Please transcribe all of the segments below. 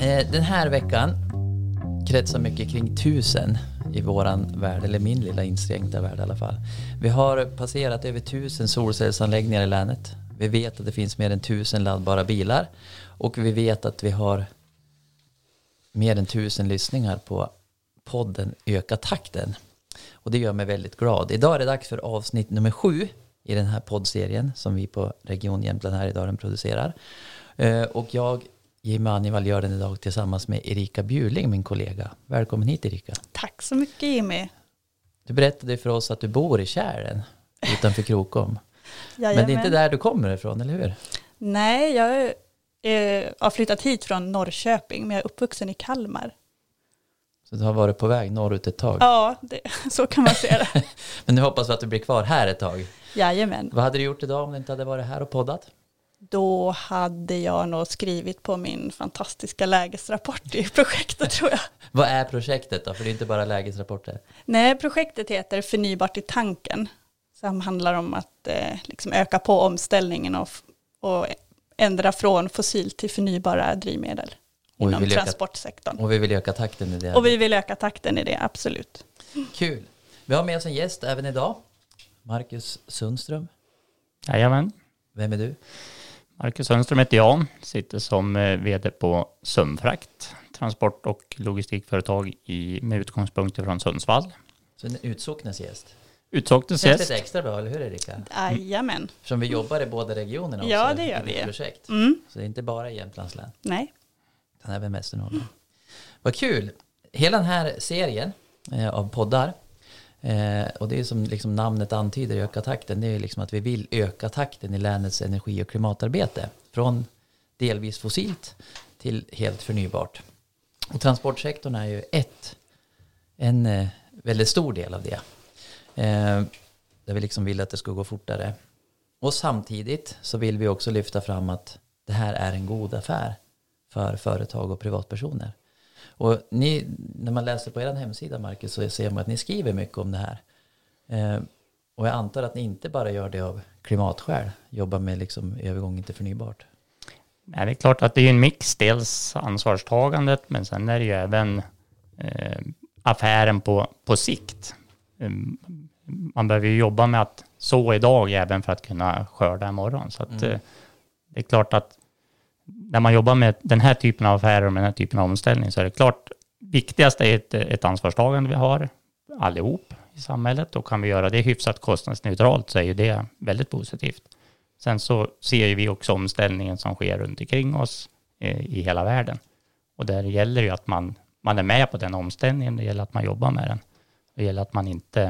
Den här veckan kretsar mycket kring 1000 i våran värld, eller min lilla inskränkta värld i alla fall. Vi har passerat över 1000 solcellsanläggningar i länet. Vi vet att det finns mer än 1000 laddbara bilar. Och vi vet att vi har mer än 1000 lyssningar på podden Öka takten. Och det gör mig väldigt glad. Idag är det dags för avsnitt nummer 7 i den här poddserien som vi på Region Jämtland här idag producerar. Och jag, Jimmy Annivall, gör den idag tillsammans med Erika Bjurling, min kollega. Välkommen hit, Erika. Tack så mycket, Jimmy. Du berättade för oss att du bor i Kären utanför Krokom. Men det är inte där du kommer ifrån, eller hur? Nej, jag har flyttat hit från Norrköping, men jag är uppvuxen i Kalmar. Så du har varit på väg norrut ett tag? Ja, så kan man säga det. Men nu hoppas vi att du blir kvar här ett tag. Jajamän. Vad hade du gjort idag om du inte hade varit här och poddat? Då hade jag nog skrivit på min fantastiska lägesrapport i projektet, tror jag. Vad är projektet då? För det är inte bara lägesrapporter. Nej, projektet heter Förnybart i tanken. Som handlar om att liksom öka på omställningen och ändra från fossil till förnybara drivmedel inom transportsektorn. Och vi vill öka takten i det. Och vi vill öka takten i det, absolut. Kul. Vi har med oss en gäst även idag. Marcus Sundström. Jajamän. Vem är du? Marcus Sundström heter jag. Sitter som vd på Sumfrakt, transport- och logistikföretag med utgångspunkt från Sundsvall. Så en Utsocknes gäst. Utsocknes gäst. Det känns lite extra bra, eller hur, Erika? Jajamän. Som vi jobbar i båda regionerna också. Ja, det gör vi. Projekt. Så det är inte bara i Jämtlands län. Nej. Utan även Västernorrland. Vad kul. Hela den här serien av poddar, och det är som liksom namnet antyder, öka takten, det är liksom att vi vill öka takten i länets energi- och klimatarbete. Från delvis fossilt till helt förnybart. Och transportsektorn är ju en väldigt stor del av det. Där vi liksom vill att det ska gå fortare. Och samtidigt så vill vi också lyfta fram att det här är en god affär för företag och privatpersoner. Och ni, när man läser på er hemsida, Marcus, så ser man att ni skriver mycket om det här. Och jag antar att ni inte bara gör det av klimatskäl, jobbar med liksom övergången till förnybart. Nej, det är klart att det är en mix, dels ansvarstagandet, men sen är det ju även affären på sikt. Man behöver ju jobba med att så idag även för att kunna skörda imorgon. Så att, det är klart att när man jobbar med den här typen av affärer och med den här typen av omställning, så är det klart viktigast är ett ansvarstagande vi har allihop i samhället, och kan vi göra det hyfsat kostnadsneutralt så är ju det väldigt positivt. Sen så ser vi också omställningen som sker runt omkring oss i hela världen, och där gäller ju att man är med på den omställningen, det gäller att man jobbar med den, det gäller att man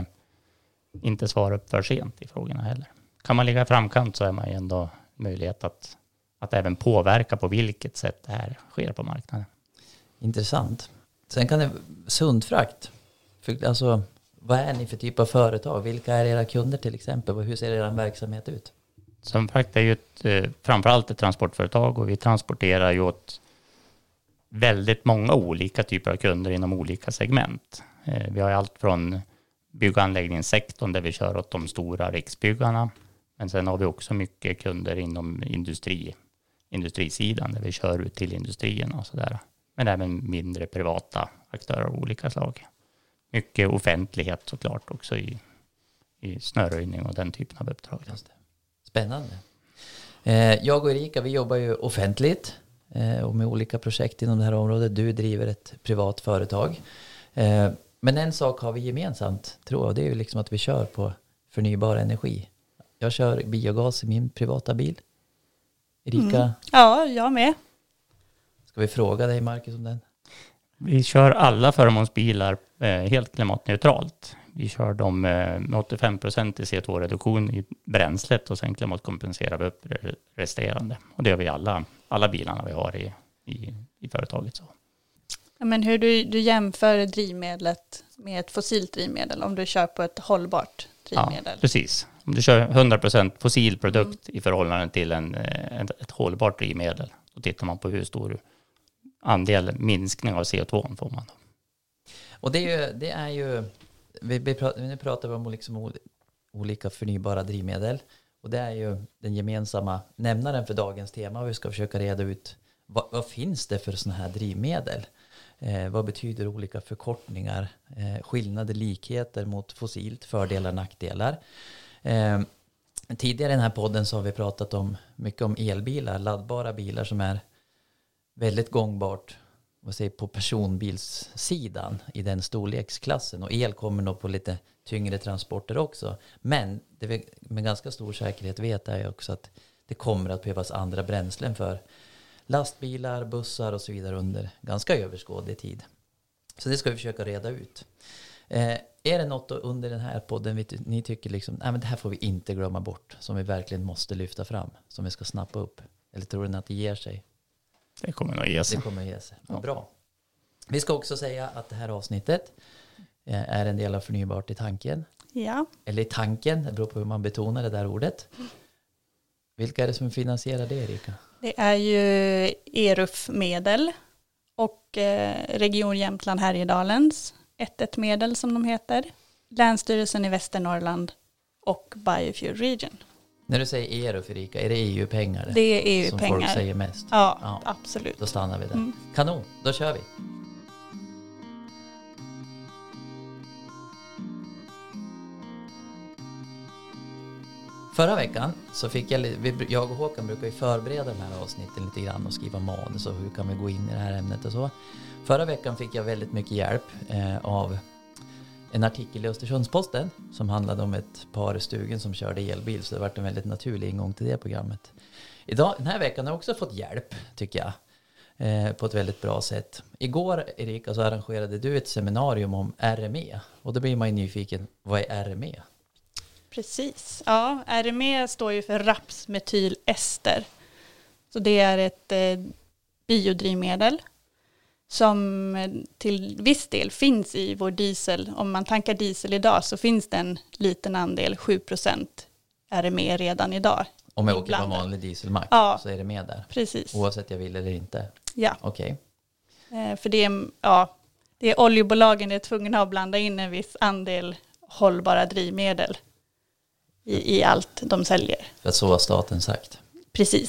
inte svarar upp för sent i frågorna heller. Kan man ligga i framkant så är man ju ändå möjlighet att även påverka på vilket sätt det här sker på marknaden. Intressant. Sen kan det Sundfrakt. Alltså, vad är ni för typ av företag? Vilka är era kunder till exempel? Hur ser er verksamhet ut? Sundfrakt är ju framförallt ett transportföretag, och vi transporterar ju åt väldigt många olika typer av kunder inom olika segment. Vi har allt från bygganläggningssektorn där vi kör åt de stora riksbyggarna. Men sen har vi också mycket kunder inom industrisidan där vi kör ut till industrierna och sådär. Men även mindre privata aktörer av olika slag. Mycket offentlighet såklart också i snöröjning och den typen av uppdrag. Just det. Spännande. Jag och Erika, vi jobbar ju offentligt och med olika projekt inom det här området. Du driver ett privat företag. Men en sak har vi gemensamt, tror jag. Det är ju liksom att vi kör på förnybar energi. Jag kör biogas i min privata bil. Erika? Ja, jag med. Ska vi fråga dig, Marcus, om den? Vi kör alla förmånsbilar helt klimatneutralt. Vi kör dem med 85% i CO2-reduktion i bränslet, och sen klimatkompenserar vi upp resterande. Och det gör vi alla bilarna vi har i företaget. Så. Men hur du jämför drivmedlet med ett fossilt drivmedel om du kör på ett hållbart drivmedel? Ja, precis. Om du kör 100% fossil produkt i förhållande till ett hållbart drivmedel, då tittar man på hur stor andel minskning av CO2 får man. Och det är ju nu pratar vi om liksom olika förnybara drivmedel, och det är ju den gemensamma nämnaren för dagens tema, och vi ska försöka reda ut vad finns det för sådana här drivmedel? Vad betyder olika förkortningar? Skillnader, likheter mot fossilt, fördelar, nackdelar. Tidigare i den här podden så har vi pratat mycket om elbilar, laddbara bilar som är väldigt gångbart på personbilssidan i den storleksklassen. Och el kommer nog på lite tyngre transporter också. Men det vi med ganska stor säkerhet vet är också att det kommer att behövas andra bränslen för lastbilar, bussar och så vidare under ganska överskådlig tid. Så det ska vi försöka reda ut. Är det något under den här podden ni tycker liksom, nej men det här får vi inte glömma bort, som vi verkligen måste lyfta fram, som vi ska snappa upp? Eller tror ni att det ger sig? Det kommer nog ge sig. Det kommer ge sig. Ja. Bra. Vi ska också säga att det här avsnittet är en del av Förnybart i tanken. Ja. Eller i tanken, det beror på hur man betonar det där ordet. Vilka är det som finansierar det, Erika? Det är ju ERUF-medel och Region Jämtland Härjedalens 1-1-medel som de heter. Länsstyrelsen i Västernorrland och Biofuel Region. När du säger ERUF, Erika, är det EU-pengar? Det är EU-pengar. Som folk säger mest? Ja, absolut. Då stannar vi där. Kanon, då kör vi. Förra veckan så fick jag och Håkan brukar ju förbereda de här avsnitten lite grann och skriva manus och hur kan vi gå in i det här ämnet och så. Förra veckan fick jag väldigt mycket hjälp av en artikel i Östersundsposten som handlade om ett par stugor som körde elbil, så det var en väldigt naturlig ingång till det programmet. Den här veckan har jag också fått hjälp, tycker jag, på ett väldigt bra sätt. Igår, Erika, så arrangerade du ett seminarium om RME och då blir man ju nyfiken, vad är RME? Precis. Ja, RME står ju för rapsmetylester. Så det är ett biodrivmedel som till viss del finns i vår diesel. Om man tankar diesel idag så finns det en liten andel, 7% RME redan idag. Om jag åker på vanlig dieselmack så är det med där? Precis. Oavsett jag vill eller inte? Ja. Okej. För det är oljebolagen är tvungna att blanda in en viss andel hållbara drivmedel i allt de säljer. För att så har staten sagt. Precis.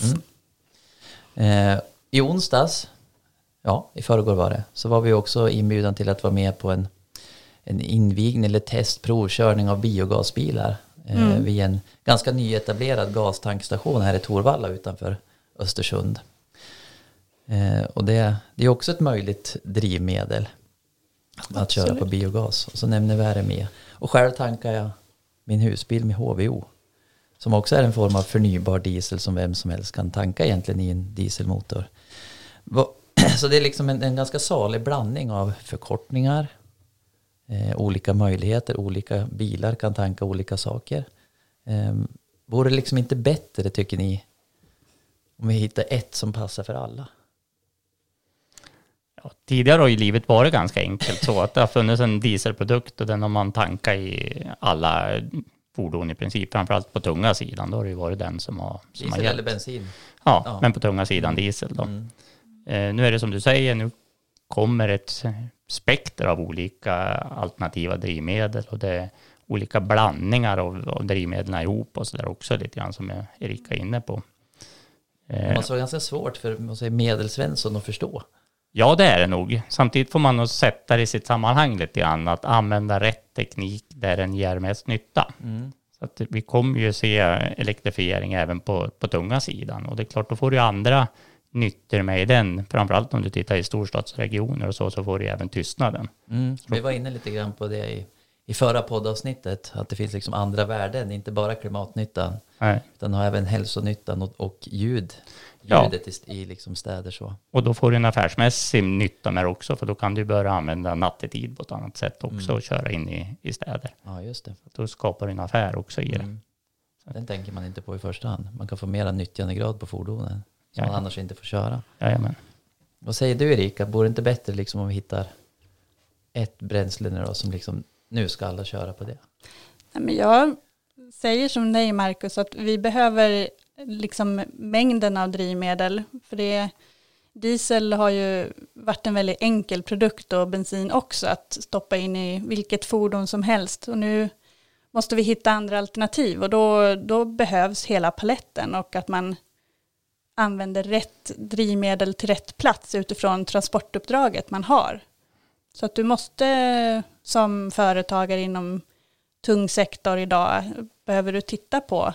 I onsdags, i förrgår var det, så var vi också inbjudan till att vara med på en invigning eller testprovkörning av biogasbilar vid en ganska nyetablerad gastankstation här i Torvalla utanför Östersund. Och det är också ett möjligt drivmedel att köra på biogas. Och så nämner vi RME. Och själv tankar jag min husbil med HVO, som också är en form av förnybar diesel som vem som helst kan tanka egentligen i en dieselmotor. Så det är liksom en ganska salig blandning av förkortningar, olika möjligheter, olika bilar kan tanka olika saker. Vore det liksom inte bättre, tycker ni, om vi hittar ett som passar för alla? Ja, tidigare har ju livet varit ganska enkelt så att det har funnits en dieselprodukt och den har man tankat i alla fordon i princip, framförallt på tunga sidan. Då har det ju varit den som har diesel eller bensin? Ja, men på tunga sidan diesel då. Nu är det som du säger, nu kommer ett spekter av olika alternativa drivmedel och det är olika blandningar av drivmedlen ihop och så där också lite grann som Erika är inne på. Det måste vara ganska svårt för medelsvensson att förstå. Ja, det är det nog. Samtidigt får man nog sätta det i sitt sammanhang lite grann, att använda rätt teknik där den ger mest nytta. Så att vi kommer ju se elektrifiering även på tunga sidan och det är klart, då får du andra nyttor med i den, framförallt om du tittar i storstadsregioner och så får du även tystnaden. Vi var inne lite grann på det i förra poddavsnittet, att det finns liksom andra värden, inte bara klimatnyttan, utan har även hälsonyttan och ljudet i liksom städer så. Och då får du en affärsmässig nytta med också, för då kan du börja använda nattetid på ett annat sätt också och köra in i städer. Ja, just det. Då skapar du en affär också i det. Den tänker man inte på i första hand. Man kan få mera nyttjandegrad på fordonen som man annars inte får köra. Jajamän. Vad säger du, Erika? Borde det inte bättre liksom om vi hittar ett bränsle nu då, som liksom, nu ska alla köra på det? Nej, men jag säger som dig, Marcus, att vi behöver liksom mängden av drivmedel. För diesel har ju varit en väldigt enkel produkt och bensin också att stoppa in i vilket fordon som helst. Och nu måste vi hitta andra alternativ och då behövs hela paletten och att man använder rätt drivmedel till rätt plats utifrån transportuppdraget man har. Så att du måste som företagare inom tung sektor idag, behöver du titta på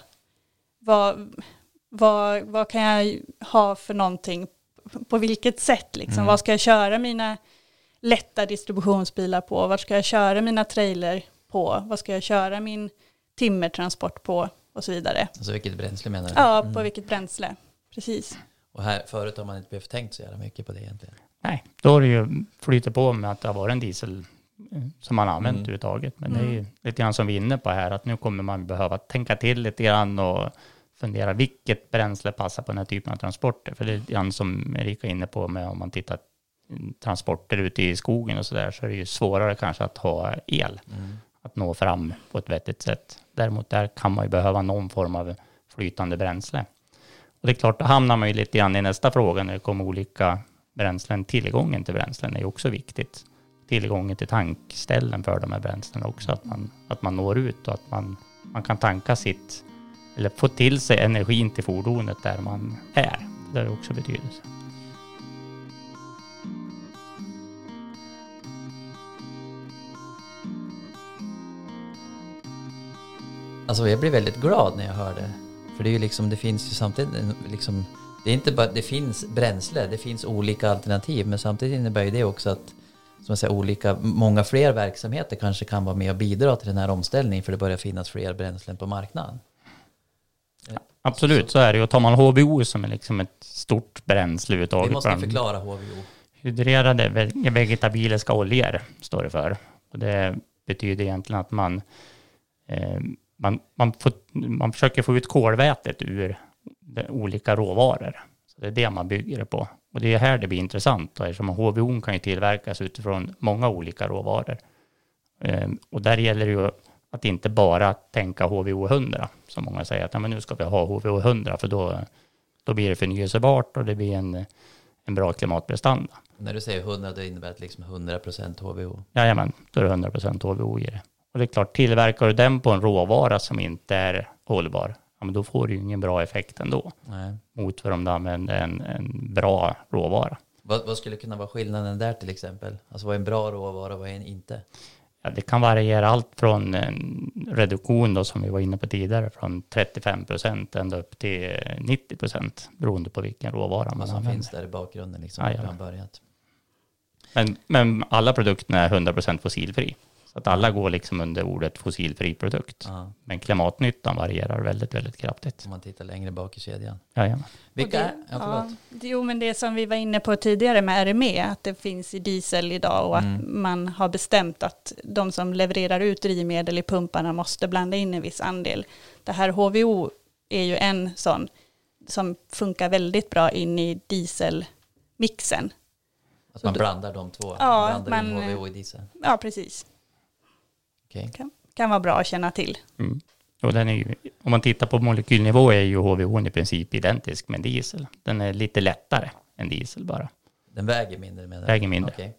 vad kan jag ha för någonting, på vilket sätt liksom. Vad ska jag köra mina lätta distributionsbilar på? Var ska jag köra mina trailer på? Vad ska jag köra min timmertransport på? Och så vidare. Alltså vilket bränsle menar du? Ja, på vilket bränsle. Precis. Och här förut har man inte behövt tänkt så jävla mycket på det egentligen. Nej, då har det ju flyttat på med att det har varit en diesel som man använt överhuvudtaget. Men det är ju lite grann som vi är inne på här, att nu kommer man behöva tänka till lite grann och fundera vilket bränsle passar på den här typen av transporter. För det är lite grann som Erika är inne på med om man tittar transporter ute i skogen och sådär, så är det ju svårare kanske att ha el. Att nå fram på ett vettigt sätt. Däremot där kan man ju behöva någon form av flytande bränsle. Och det är klart, då hamnar man ju lite grann i nästa fråga när det kommer olika bränslen. Tillgången till bränslen är ju också viktigt. Tillgången till tankställen för de här bränslena också. Att man når ut och att man kan tanka sitt, eller få till sig energin till fordonet där man är. Det har också betydelse. Alltså jag blir väldigt glad när jag hör det. För det är ju liksom, det finns ju samtidigt liksom, det är inte bara, det finns bränsle, det finns olika alternativ, men samtidigt innebär ju det också att, som jag säger, många fler verksamheter kanske kan vara med och bidra till den här omställningen, för det börjar finnas fler bränslen på marknaden. Absolut, så är det ju. Och tar man HVO som är liksom ett stort bränsle överhuvudtaget. Vi måste förklara HVO. Hydrerade vegetabiliska oljor står det för. Och det betyder egentligen att man försöker få ut kolvätet ur olika råvaror. Så det är det man bygger det på. Och det är här det blir intressant. Då, eftersom HVO kan ju tillverkas utifrån många olika råvaror. Och där gäller det ju att inte bara tänka HVO 100. Som många säger att men nu ska vi ha HVO 100 för då blir det förnyelsebart och det blir en bra klimatprestanda. När du säger 100, det innebär att liksom 100% HVO? Jajamän, då är det 100% HVO i det. Och det är klart, tillverkar du den på en råvara som inte är hållbar, ja, men då får du ju ingen bra effekt ändå. Nej. Mot för om du använder en bra råvara. Vad skulle kunna vara skillnaden där till exempel? Alltså vad är en bra råvara och vad är en inte? Ja, det kan variera allt från en reduktion då, som vi var inne på tidigare, från 35% ända upp till 90% beroende på vilken råvara man använder. Finns där i bakgrunden liksom, när man börjat. Men alla produkterna är 100% fossilfri. Så att alla går liksom under ordet fossilfri produkt. Ja. Men klimatnyttan varierar väldigt, väldigt kraftigt. Om man tittar längre bak i kedjan. Jajamän. Men det som vi var inne på tidigare med RME, att det finns i diesel idag och att man har bestämt att de som levererar ut drivmedel i pumparna måste blanda in en viss andel. Det här HVO är ju en sån som funkar väldigt bra in i dieselmixen. Att man blandar de två? Ja, blandar in HVO i diesel? Ja, precis. Okay. Kan vara bra att känna till. Och den är ju, om man tittar på molekylnivå är ju HVO i princip identisk med diesel. Den är lite lättare än diesel bara. Den väger mindre med den? Väger mindre. Okay.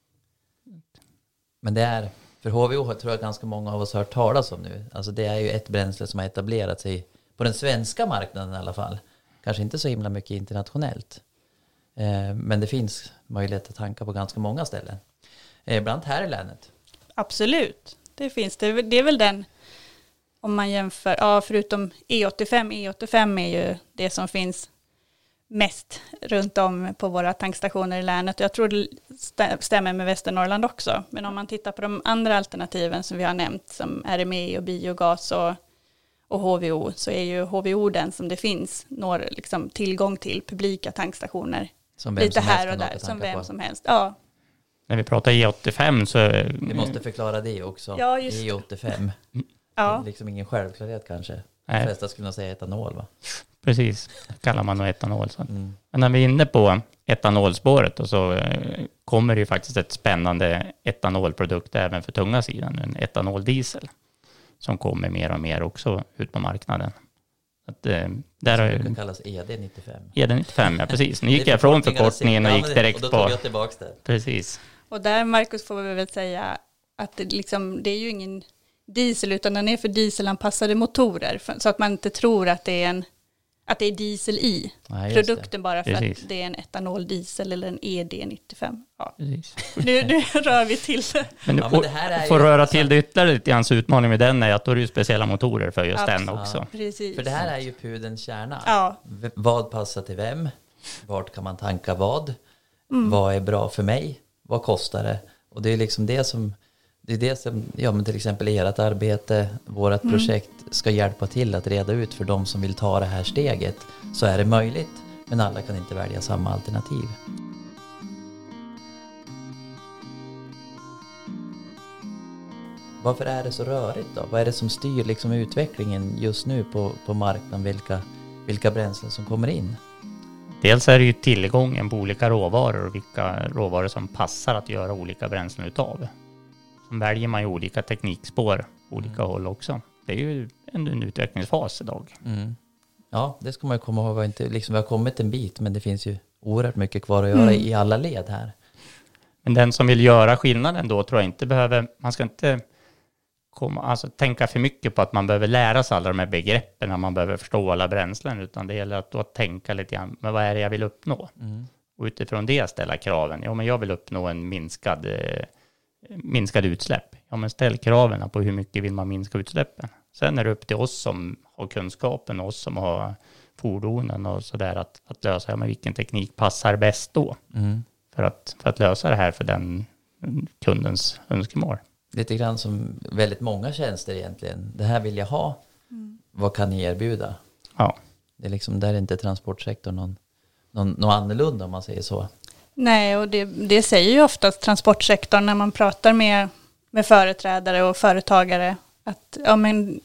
Men det är, för HVO tror jag ganska många av oss har hört talas om nu. Alltså det är ju ett bränsle som har etablerat sig på den svenska marknaden i alla fall. Kanske inte så himla mycket internationellt. Men det finns möjlighet att tanka på ganska många ställen. Bland annat här i länet. Absolut. Det finns det. Det är väl den, om man jämför, förutom E85 är ju det som finns mest runt om på våra tankstationer i länet. Jag tror det stämmer med Västernorrland också. Men om man tittar på de andra alternativen som vi har nämnt, som RME och biogas och HVO, så är ju HVO den som det finns når liksom tillgång till publika tankstationer. Som vem lite som här helst och där, som vem på. Som helst. Ja. När vi pratar E85 så... Vi måste förklara det också. Ja, just E85. Ja. Det är liksom ingen självklarhet kanske. Nej. De flesta skulle nog säga etanol, va? Precis, det kallar man nog etanol. Så. Men när vi är inne på etanolspåret och så kommer det ju faktiskt ett spännande etanolprodukt även för tunga sidan. En etanoldiesel som kommer mer och mer också ut på marknaden. Att, där det kallas ED95. ED95, ja precis. Nu gick jag från förkortningen och gick direkt och på... då tog jag tillbaka det. Precis. Och där, Marcus, får vi väl säga att det är ju ingen diesel, utan den är för dieselanpassade motorer. Så att man inte tror att det är att det är diesel i produkten bara för att det är en etanoldiesel eller en ED95. Ja. Nu rör vi till det. Men det här får röra till det ytterligare lite. Hans utmaning med den är att då är det ju speciella motorer för just den också. Ja, precis. För det här är ju pudelns kärna. Ja. Vad passar till vem? Vart kan man tanka vad? Vad är bra för mig? Vad kostar det? Och det är liksom det som ja, men till exempel ert arbete, vårt projekt ska hjälpa till att reda ut för de som vill ta det här steget. Så är det möjligt, men alla kan inte välja samma alternativ. Varför är det så rörigt då? Vad är det som styr liksom utvecklingen just nu på marknaden? Vilka bränslen som kommer in? Dels är det ju tillgången på olika råvaror och vilka råvaror som passar att göra olika bränslen utav. Sen väljer man ju olika teknikspår på olika håll också. Det är ju en utvecklingsfas idag. Ja, det ska man ju komma ihåg. Vi har kommit en bit, men det finns ju oerhört mycket kvar att göra i alla led här. Men den som vill göra skillnaden då tror jag inte behöver, man ska inte tänka för mycket på att man behöver lära sig alla de här begreppen när man behöver förstå alla bränslen, utan det gäller att då tänka lite grann, men vad är det jag vill uppnå? Och utifrån det ställa kraven. Ja, men jag vill uppnå en minskad utsläpp. Ja, men ställ kraven på hur mycket vill man minska utsläppen. Sen är det upp till oss som har kunskapen, oss som har fordonen och sådär att lösa, ja, men vilken teknik passar bäst då för att lösa det här för den kundens önskemål. Lite grann som väldigt många tjänster egentligen. Det här vill jag ha. Vad kan ni erbjuda? Ja. Det är liksom, där är inte transportsektorn någon annorlunda om man säger så. Nej, och det säger ju oftast transportsektorn när man pratar med företrädare och företagare. Att ja, men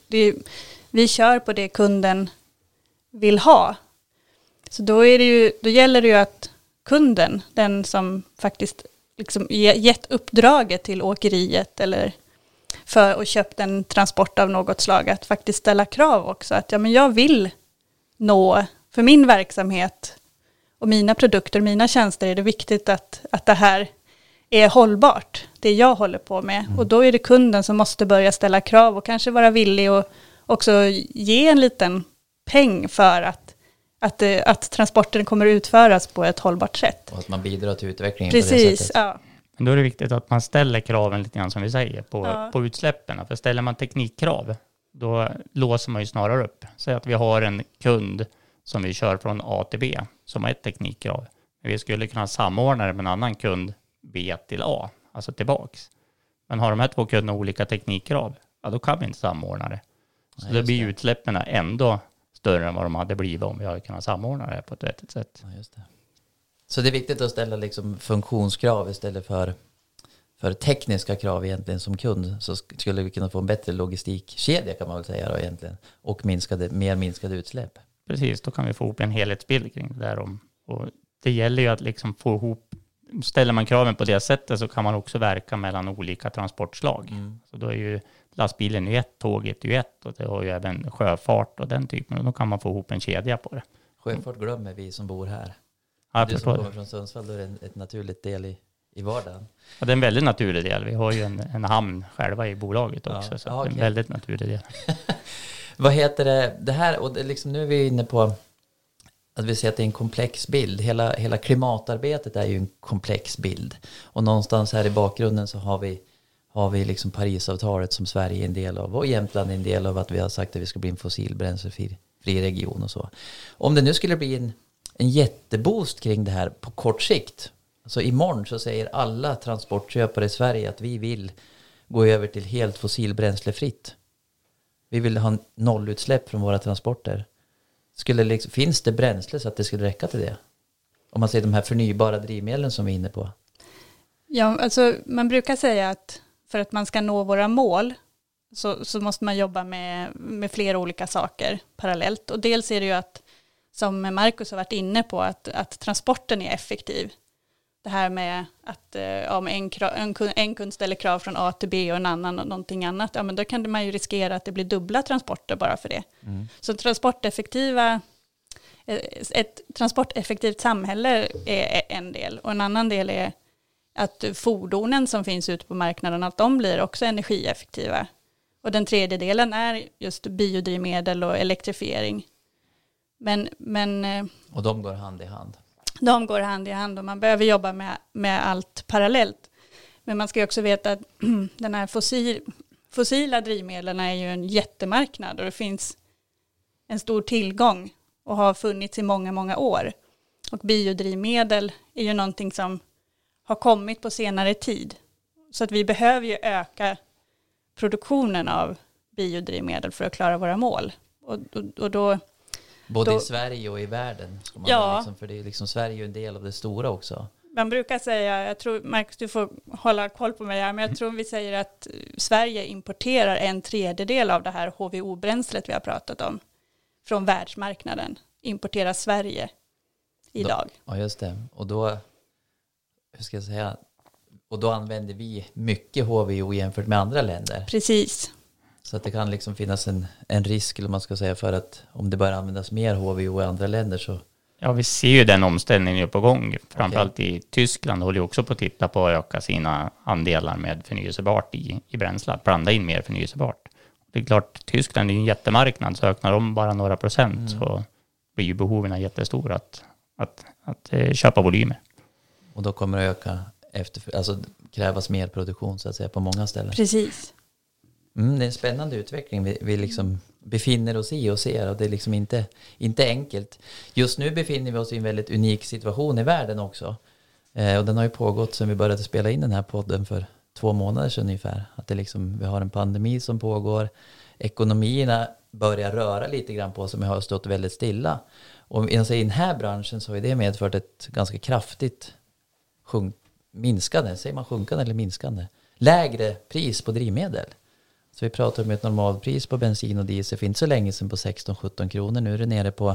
vi kör på det kunden vill ha. Så då gäller det ju att kunden, den som faktiskt liksom gett uppdraget till åkeriet eller och köpt en transport av något slag, att faktiskt ställa krav också. Att ja, men jag vill nå, för min verksamhet och mina produkter, mina tjänster är det viktigt att det här är hållbart, det jag håller på med. Och då är det kunden som måste börja ställa krav och kanske vara villig och också ge en liten peng för att transporten kommer att utföras på ett hållbart sätt. Och att man bidrar till utvecklingen. Precis, på det sättet. Ja. Men då är det viktigt att man ställer kraven lite grann som vi säger på utsläppen. För ställer man teknikkrav, då låser man ju snarare upp. Säg att vi har en kund som vi kör från A till B som har ett teknikkrav. Men vi skulle kunna samordna det med en annan kund B till A, alltså tillbaks. Men har de här två kunderna olika teknikkrav, ja, då kan vi inte samordna det. Så då blir utsläppen ändå större än vad de hade blivit om vi hade kunnat samordna det på ett vettigt sätt. Ja, just det. Så det är viktigt att ställa liksom funktionskrav istället för tekniska krav egentligen som kund, så skulle vi kunna få en bättre logistikkedja kan man väl säga då egentligen, och mer minskade utsläpp. Precis, då kan vi få ihop en helhetsbild kring det där. Och det gäller ju att liksom få ihop, ställer man kraven på det sättet så kan man också verka mellan olika transportslag. Så då är ju lastbilen ju ett, tåget är ju ett, och det har ju även sjöfart och den typen, och då kan man få ihop en kedja på det. Sjöfart glömmer vi som bor här. Ja, du som kommer från Sundsvall, då är det ett naturligt del i vardagen. Ja, det är en väldigt naturlig del. Vi har ju en hamn själva i bolaget också, så det är en väldigt naturlig del. Vad heter det här, och det liksom, nu är vi inne på att vi ser att det är en komplex bild. Hela klimatarbetet är ju en komplex bild. Och någonstans här i bakgrunden så har vi liksom Parisavtalet som Sverige är en del av, och Jämtland är en del av, att vi har sagt att vi ska bli en fossilbränslefri region och så. Om det nu skulle bli en jätteboost kring det här på kort sikt, alltså imorgon så säger alla transportköpare i Sverige att vi vill gå över till helt fossilbränslefritt. Vi vill ha nollutsläpp från våra transporter. Finns det bränsle så att det skulle räcka till det? Om man ser de här förnybara drivmedlen som vi är inne på. Ja, alltså man brukar säga att för att man ska nå våra mål så måste man jobba med flera olika saker parallellt. Och dels är det ju att, som Marcus har varit inne på, att transporten är effektiv. Det här med att om en kund ställer krav från A till B och en annan någonting annat, ja, men då kan man ju riskera att det blir dubbla transporter bara för det. Så ett transporteffektivt samhälle är en del, och en annan del är att fordonen som finns ute på marknaden, att de blir också energieffektiva. Och den tredje delen är just biodrivmedel och elektrifiering. Men och de går hand i hand. De går hand i hand och man behöver jobba med allt parallellt. Men man ska ju också veta att den här fossila drivmedlen är ju en jättemarknad och det finns en stor tillgång och har funnits i många, många år. Och biodrivmedel är ju någonting som har kommit på senare tid. Så att vi behöver ju öka produktionen av biodrivmedel för att klara våra mål. Och då, både i Sverige och i världen. Ska man liksom, för det är liksom, Sverige är ju en del av det stora också. Man brukar säga, jag tror, Marcus, du får hålla koll på mig här, men jag tror vi säger att Sverige importerar 1/3 av det här HVO-bränslet vi har pratat om från världsmarknaden. Importerar Sverige idag. Ja, just det. Och då, hur ska jag säga, och då använder vi mycket HVO jämfört med andra länder. Precis. Så att det kan liksom finnas en risk, eller man ska säga, för att om det börjar användas mer HVO i andra länder så... Ja, vi ser ju den omställningen på gång. Framförallt i Tyskland håller ju också på att titta på att öka sina andelar med förnyelsebart i bränsle. Att blanda in mer förnyelsebart. Det är klart, Tyskland är ju en jättemarknad, så öknar de bara några procent så blir ju behoven jättestora att köpa volymer. Och då kommer det öka alltså krävas mer produktion så att säga på många ställen. Precis. Det är en spännande utveckling vi liksom befinner oss i och ser, och det är liksom inte enkelt. Just nu befinner vi oss i en väldigt unik situation i världen också. Och den har ju pågått sedan vi började spela in den här podden för 2 månader sedan ungefär. Att det liksom, vi har en pandemi som pågår. Ekonomierna börjar röra lite grann på som har stått väldigt stilla. Och i den här branschen så har det medfört ett ganska kraftigt minskande, säger man sjunkande eller minskande? Lägre pris på drivmedel. Så vi pratar om ett normalpris på bensin och diesel för inte så länge sedan på 16-17 kronor. Nu är det nere på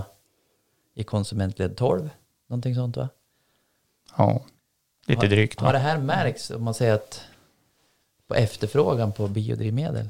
i konsumentled 12. Någonting sånt, va? Ja, lite drygt. Har det här märks om man säger att på efterfrågan på biodrivmedel?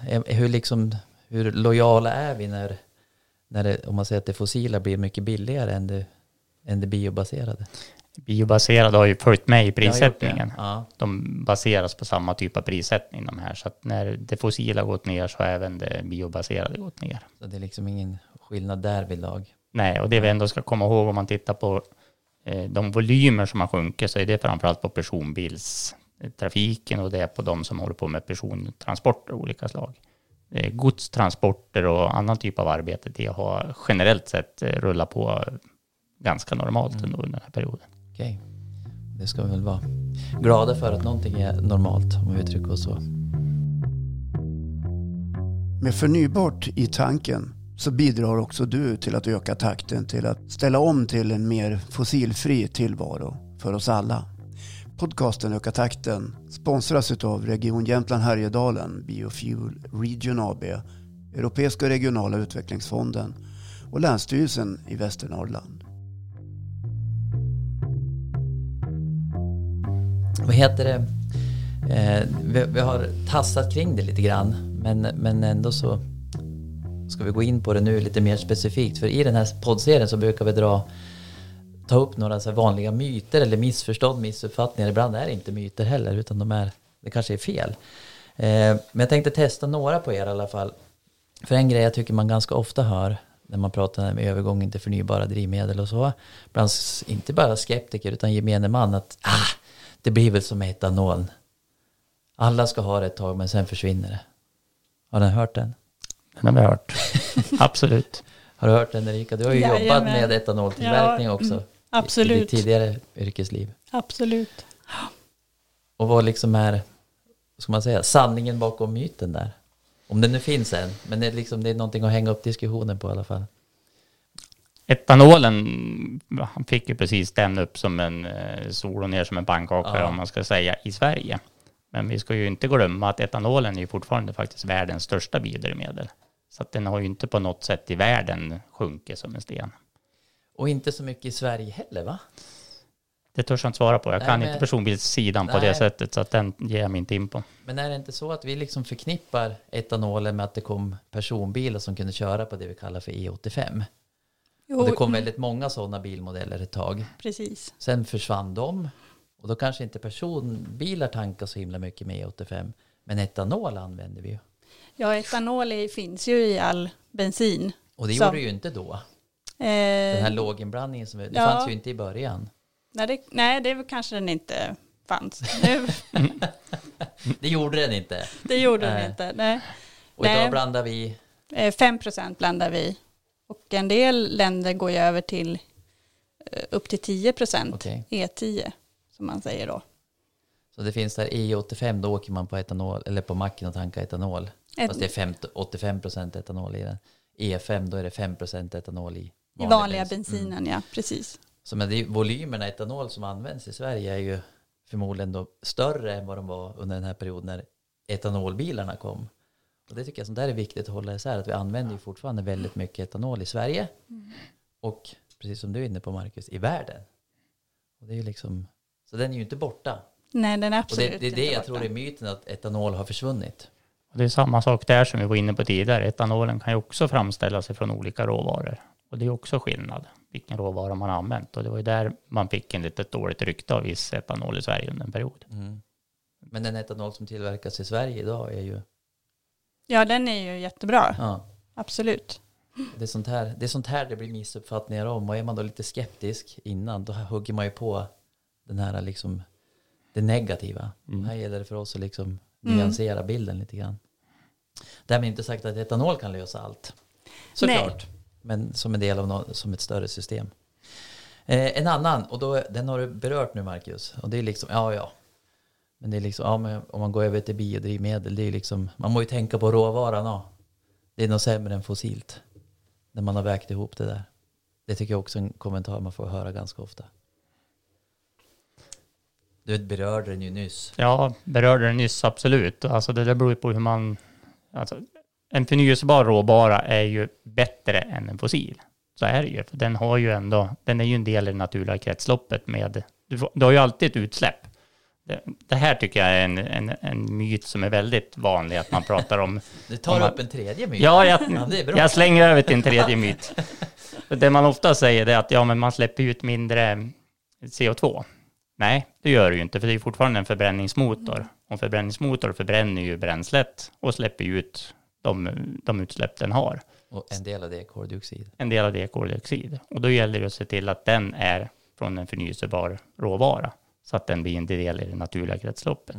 Hur lojala är vi när det, om man säger att det fossila blir mycket billigare än det biobaserade? Biobaserade har ju följt med i prissättningen. Ja. De baseras på samma typ av prissättning de här. Så att när det fossila gått ner så har även det biobaserade gått ner. Så det är liksom ingen skillnad där vid lag? Nej, och det vi ändå ska komma ihåg om man tittar på de volymer som har sjunkit, så är det framförallt på personbilstrafiken och det är på de som håller på med persontransporter av olika slag. Godstransporter och annan typ av arbete, det har generellt sett rullat på ganska normalt under den här perioden. Okej, det ska vi väl vara glada för att någonting är normalt, om vi uttrycker oss så. Med förnybart i tanken så bidrar också du till att öka takten till att ställa om till en mer fossilfri tillvaro för oss alla. Podcasten Öka takten sponsras av Region Jämtland Härjedalen, Biofuel Region AB, Europeiska regionala utvecklingsfonden och Länsstyrelsen i Västernorrland. Vad heter det? Vi har tassat kring det lite grann, men ändå så ska vi gå in på det nu lite mer specifikt. För i den här poddserien så brukar vi ta upp några så här vanliga myter eller missuppfattningar. Ibland är det inte myter heller, utan det kanske är fel. Men jag tänkte testa några på er i alla fall. För en grej jag tycker man ganska ofta hör när man pratar om övergången till förnybara drivmedel och så, bland inte bara skeptiker utan gemene man, att det blir väl som etanol. Alla ska ha det ett tag men sen försvinner det. Har ni hört den? Den har vi hört. Absolut. Har du hört den, Erika? Du har ju jobbat med etanoltillverkning också. Absolut. I ditt tidigare yrkesliv. Absolut. Och vad liksom är, ska man säga, sanningen bakom myten där? Om det nu finns en, men det är någonting att hänga upp diskussionen på i alla fall. Etanolen, han fick ju precis den upp som en sol och ner som en pannkaka om man ska säga i Sverige. Men vi ska ju inte glömma att etanolen är ju fortfarande faktiskt världens största biodrivmedel. Så att den har ju inte på något sätt i världen sjunkit som en sten. Och inte så mycket i Sverige heller, va? Det törs jag inte svara på. Jag kan inte personbilssidan på det sättet, så att den ger jag mig inte in på. Men är det inte så att vi liksom förknippar etanolen med att det kom personbilar som kunde köra på det vi kallar för E85? Jo. Och det kom väldigt många sådana bilmodeller ett tag. Precis. Sen försvann de. Och då kanske inte personbilar tankar så himla mycket med E85. Men etanol använder vi ju. Ja, etanol finns ju i all bensin. Och det gjorde det ju inte då. Den här låginblandningen som det fanns ju inte i början. Nej, det var kanske den inte fanns. Det gjorde den inte. Det gjorde den inte, nej. Och idag blandar vi? 5% blandar vi. Och en del länder går ju över till upp till 10%. Okay. E10 som man säger då. Så det finns där E85, då åker man på etanol eller på macken och tankar etanol. Fast det är 85% etanol i den. E5, då är det 5% etanol i vanliga bensinen, ja, precis. Så men volymerna etanol som används i Sverige är ju förmodligen då större än vad de var under den här perioden när etanolbilarna kom. Och det tycker jag som där är viktigt att hålla isär, att vi använder ju fortfarande väldigt mycket etanol i Sverige. Och precis som du är inne på, Marcus, i världen. Och det är ju liksom, så den är ju inte borta. Nej, den är absolut inte borta. Det är det jag tror är myten, att etanol har försvunnit. Och det är samma sak där som vi var inne på tidigare. Etanolen kan ju också framställa sig från olika råvaror. Och det är också skillnad vilken råvara man har använt. Och det var ju där man fick en lite dåligt rykte av viss etanol i Sverige under en period. Men den etanol som tillverkas i Sverige idag är ju... Ja, den är ju jättebra. Ja. Absolut. Det är sånt här det blir missuppfattningar om. Och är man då lite skeptisk innan, då hugger man ju på den här liksom det negativa. Här gäller det för oss att liksom nyansera bilden lite grann. Därmed inte sagt att etanol kan lösa allt. Såklart. Men som en del av som ett större system. En annan, och då, den har du berört nu, Marcus. Och det är liksom, men det är liksom, men om man går över till biodrivmedel, det är liksom, man må ju tänka på råvaran. Det är nog sämre än fossilt. När man har vägt ihop det där. Det tycker jag också är en kommentar man får höra ganska ofta. Du berörde den ju nyss. Ja, berörde den nyss, absolut. Alltså det där beror ju på hur man... Alltså, en förnyelsebar råvara är ju bättre än en fossil. Så är det ju. För den har ju ändå... Den är ju en del i det naturliga kretsloppet med... Du har ju alltid ett utsläpp. Det här tycker jag är en myt som är väldigt vanlig att man pratar om. Du tar upp en tredje myt. Ja, jag slänger över till en tredje myt. Det man ofta säger är att men man släpper ut mindre CO2. Nej, det gör det ju inte, för det är fortfarande en förbränningsmotor. Och en förbränningsmotor förbränner ju bränslet och släpper ut de utsläpp den har. Och en del av det är koldioxid. En del av det är koldioxid. Och då gäller det att se till att den är från en förnyelsebar råvara. Så att den blir en del i det naturliga kretsloppet.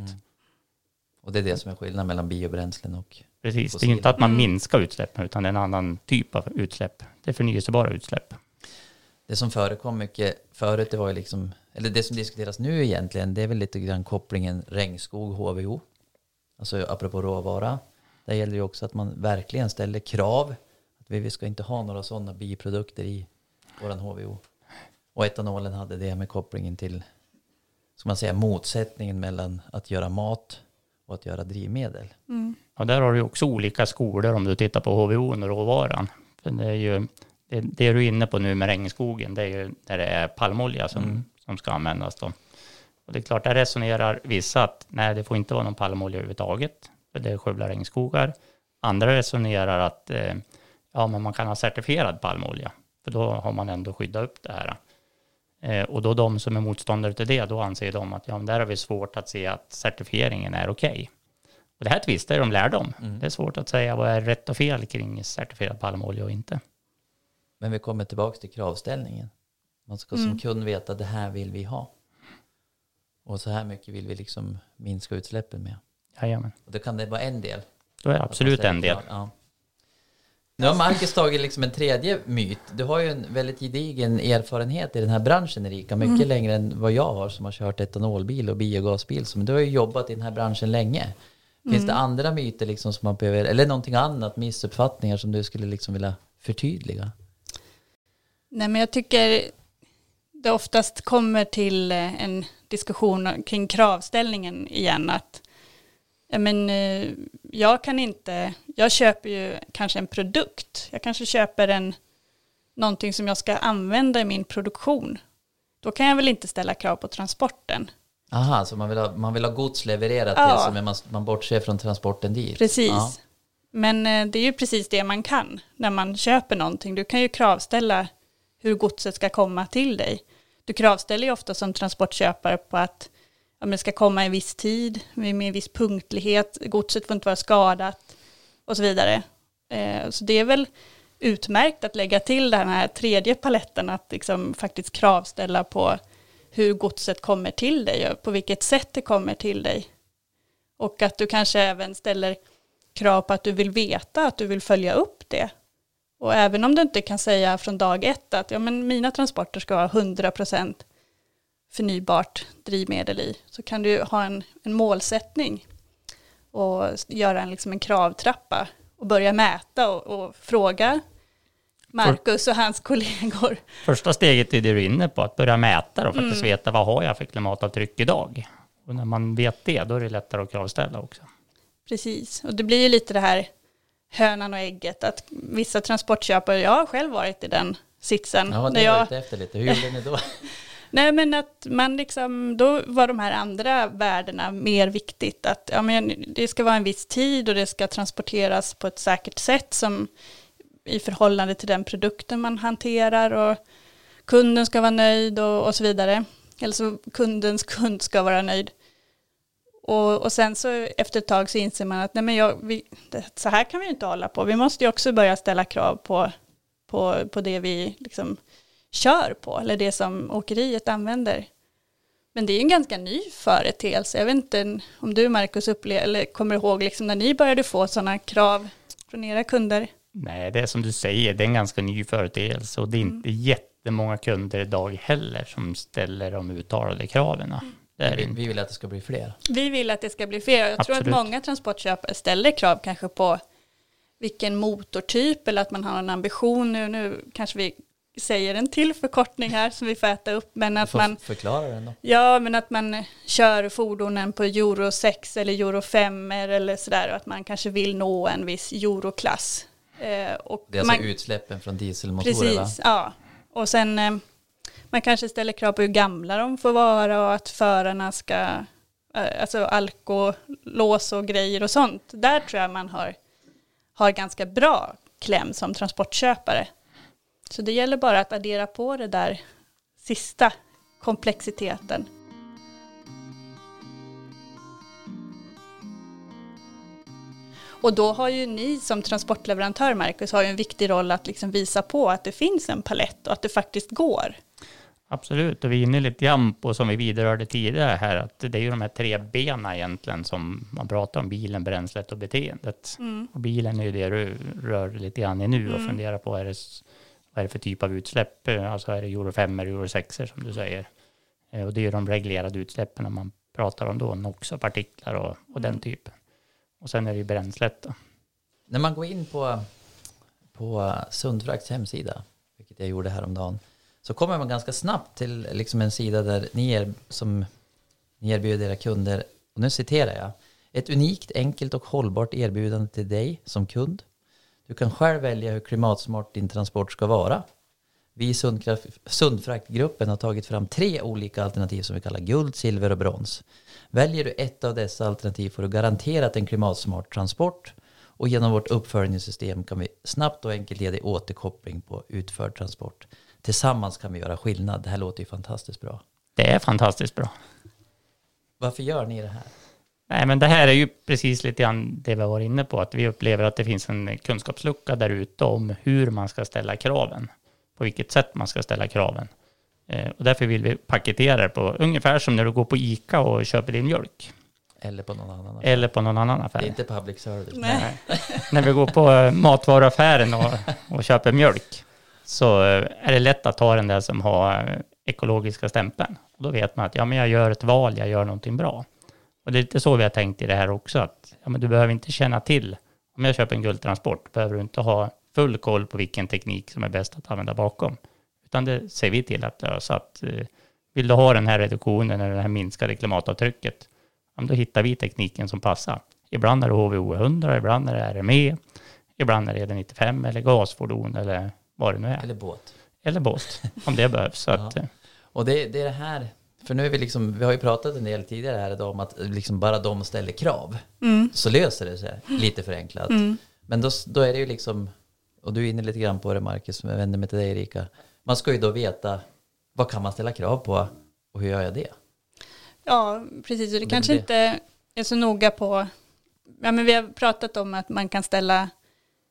Och det är det som är skillnaden mellan biobränslen och precis, fossil. det är inte att man minskar utsläppen, utan det är en annan typ av utsläpp. Det är förnyelsebara utsläpp. Det som förekom mycket förut, det var ju liksom, eller det som diskuteras nu egentligen, det är väl lite grann kopplingen regnskog, HVO. Alltså apropå råvara. Där gäller det ju också att man verkligen ställer krav. Att vi ska inte ha några sådana biprodukter i våran HVO. Och etanolen hade det med kopplingen till, ska man säga, motsättningen mellan att göra mat och att göra drivmedel. Och där har du också olika skolor om du tittar på HVO och råvaran. För det är ju det du är inne på nu med regnskogen, det är ju där det är palmolja som ska användas då. Och det är klart, där resonerar vissa att nej, det får inte vara någon palmolja överhuvudtaget, för det skövlar regnskogar. Andra resonerar att men man kan ha certifierad palmolja, för då har man ändå skyddat upp det här. Och då de som är motståndare till det, då anser de att där har vi svårt att se att certifieringen är okej. Och det här tvistar de lärde om. Det är svårt att säga vad är rätt och fel kring certifierad palmolja och inte. Men vi kommer tillbaka till kravställningen. Man ska som kund veta att det här vill vi ha. Och så här mycket vill vi liksom minska utsläppen med. Jajamän. Och då kan det vara en del. Då är det absolut en del. Ja. Nu har Marcus tagit liksom en tredje myt. Du har ju en väldigt gedigen erfarenhet i den här branschen, Erika. Mycket längre än vad jag har, som har kört etanolbil och biogasbil. Men du har ju jobbat i den här branschen länge. Finns det andra myter liksom som man behöver, eller någonting annat, missuppfattningar som du skulle liksom vilja förtydliga? Nej, men jag tycker det oftast kommer till en diskussion kring kravställningen igen. Att jag köper ju kanske en produkt. Jag kanske köper någonting som jag ska använda i min produktion. Då kan jag väl inte ställa krav på transporten. Aha, så man vill ha gods levererat till, så man bortser från transporten dit. Precis. Ja. Men det är ju precis det man kan när man köper någonting. Du kan ju kravställa hur godset ska komma till dig. Du kravställer ju ofta som transportköpare på att det ska komma i viss tid, med en viss punktlighet, godset får inte vara skadat och så vidare. Så det är väl utmärkt att lägga till den här tredje paletten, att liksom faktiskt kravställa på hur godset kommer till dig och på vilket sätt det kommer till dig. Och att du kanske även ställer krav på att du vill veta, att du vill följa upp det. Och även om du inte kan säga från dag ett att ja, men mina transporter ska ha 100% förnybart drivmedel i, så kan du ha en målsättning och göra en kravtrappa och börja mäta och fråga Marcus och hans kollegor. Första steget är det du är inne på, att börja mäta och faktiskt veta vad har jag för klimatavtryck idag. Och när man vet det, då är det lättare att kravställa också. Precis, och det blir ju lite det här hönan och ägget, att vissa transportköpare, jag har själv varit i den sitsen. Ja, det har varit efter lite. Hur gjorde ni då? Nej, men att man då var de här andra värdena mer viktigt. Att ja, men det ska vara en viss tid och det ska transporteras på ett säkert sätt som i förhållande till den produkten man hanterar, och kunden ska vara nöjd och så vidare. Eller så kundens kund ska vara nöjd. Och sen så efter ett tag så inser man att nej, men så här kan vi inte hålla på. Vi måste ju också börja ställa krav på det vi liksom kör på, eller det som åkeriet använder. Men det är ju en ganska ny företeelse. Jag vet inte om du, Marcus, eller kommer ihåg liksom när ni började få sådana krav från era kunder? Nej, det är som du säger, det är en ganska ny företeelse och det är inte jättemånga kunder idag heller som ställer de uttalade kraven. Vi vill att det ska bli fler. Vi vill att det ska bli fler. Jag tror att många transportköpare ställer krav kanske på vilken motortyp, eller att man har en ambition. Nu kanske vi säger en till förkortning här som vi får äta upp. Men att man förklara den då. Ja, men att man kör fordonen på Euro 6 eller Euro 5 eller sådär, och att man kanske vill nå en viss Euroklass. Och det är alltså utsläppen från dieselmotorer, precis, va? Ja. Och sen man kanske ställer krav på hur gamla de får vara och att förarna ska, alltså alkolås och grejer och sånt. Där tror jag man har ganska bra kläm som transportköpare. Så det gäller bara att addera på det där sista komplexiteten. Och då har ju ni som transportleverantör, Marcus, har ju en viktig roll att liksom visa på att det finns en palett och att det faktiskt går. Absolut, och vi är inne lite grann på, som vi vidrörde tidigare här, att det är ju de här 3 benen egentligen som man pratar om: bilen, bränslet och beteendet. Och bilen är ju det du rör lite grann i nu och funderar på vad är det för typ av utsläpp, alltså är det Euro 5 eller Euro 6 som du säger. Och det är ju de reglerade utsläppen man pratar om då, NOx och partiklar och den typen. Och sen är det ju bränslet då. När man går in på Sundfrakts hemsida, vilket jag gjorde häromdagen, så kommer man ganska snabbt till liksom en sida där ni erbjuder era kunder, och nu citerar jag: ett unikt, enkelt och hållbart erbjudande till dig som kund. Du kan själv välja hur klimatsmart din transport ska vara. Vi i Sundfraktgruppen har tagit fram 3 olika alternativ som vi kallar guld, silver och brons. Väljer du ett av dessa alternativ får du garanterat en klimatsmart transport, och genom vårt uppföljningssystem kan vi snabbt och enkelt ge dig återkoppling på utförd transport. Tillsammans kan vi göra skillnad. Det här låter ju fantastiskt bra. Det är fantastiskt bra. Varför gör ni det här? Nej, men det här är ju precis lite grann det vi var inne på, att vi upplever att det finns en kunskapslucka där ute om hur man ska ställa kraven, på vilket sätt man ska ställa kraven. Och därför vill vi paketera det på ungefär som när du går på ICA och köper din mjölk. Eller på någon annan affär. Eller på någon annan affär. Det är inte public service. Nej. När vi går på matvaruaffären och köper mjölk, så är det lätt att ta den där som har ekologiska stämpeln. Och då vet man att ja, men jag gör ett val, jag gör någonting bra. Och det är lite så vi har tänkt i det här också, att ja, men du behöver inte känna till, om jag köper en guldtransport behöver du inte ha full koll på vilken teknik som är bäst att använda bakom. Utan det ser vi till att lösa, att vill du ha den här reduktionen eller det här minskade klimatavtrycket, ja, då hittar vi tekniken som passar. Ibland är det HVO 100, ibland är det RME, ibland är det ED95 eller gasfordon eller vad det nu är. Eller båt, om det behövs. Så att, och det är det här, för nu är vi har ju pratat en del tidigare här idag om att liksom bara de ställer krav, så löser det sig lite förenklat. Men då är det ju liksom, och du är inne lite grann på det, Marcus, som jag vänder mig till dig, Erika. Man ska ju då veta, vad kan man ställa krav på och hur gör jag det? Ja, precis. Och det kanske inte är så noga på, ja, men vi har pratat om att man kan ställa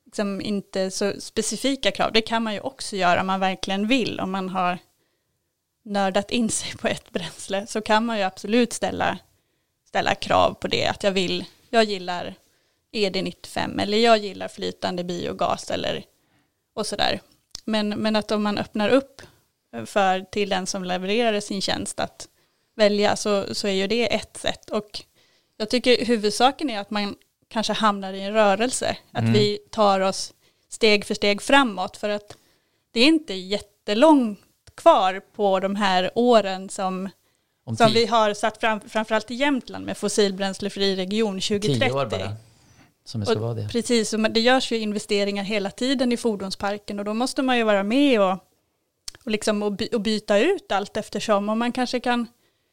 liksom inte så specifika krav. Det kan man ju också göra om man verkligen vill. Om man har nördat in sig på ett bränsle så kan man ju absolut ställa krav på det. Att jag gillar ED95 eller jag gillar flytande biogas eller och sådär. Men att om man öppnar upp till den som levererar sin tjänst att välja så är ju det ett sätt. Och jag tycker huvudsaken är att man kanske hamnar i en rörelse. Att vi tar oss steg för steg framåt. För att det är inte jättelångt kvar på de här åren som vi har satt framförallt i Jämtland med fossilbränslefri region 2030. 10 år bara, som det ska vara det. Precis, och det görs ju investeringar hela tiden i fordonsparken och då måste man ju vara med och byta ut allt eftersom. Och man kanske kan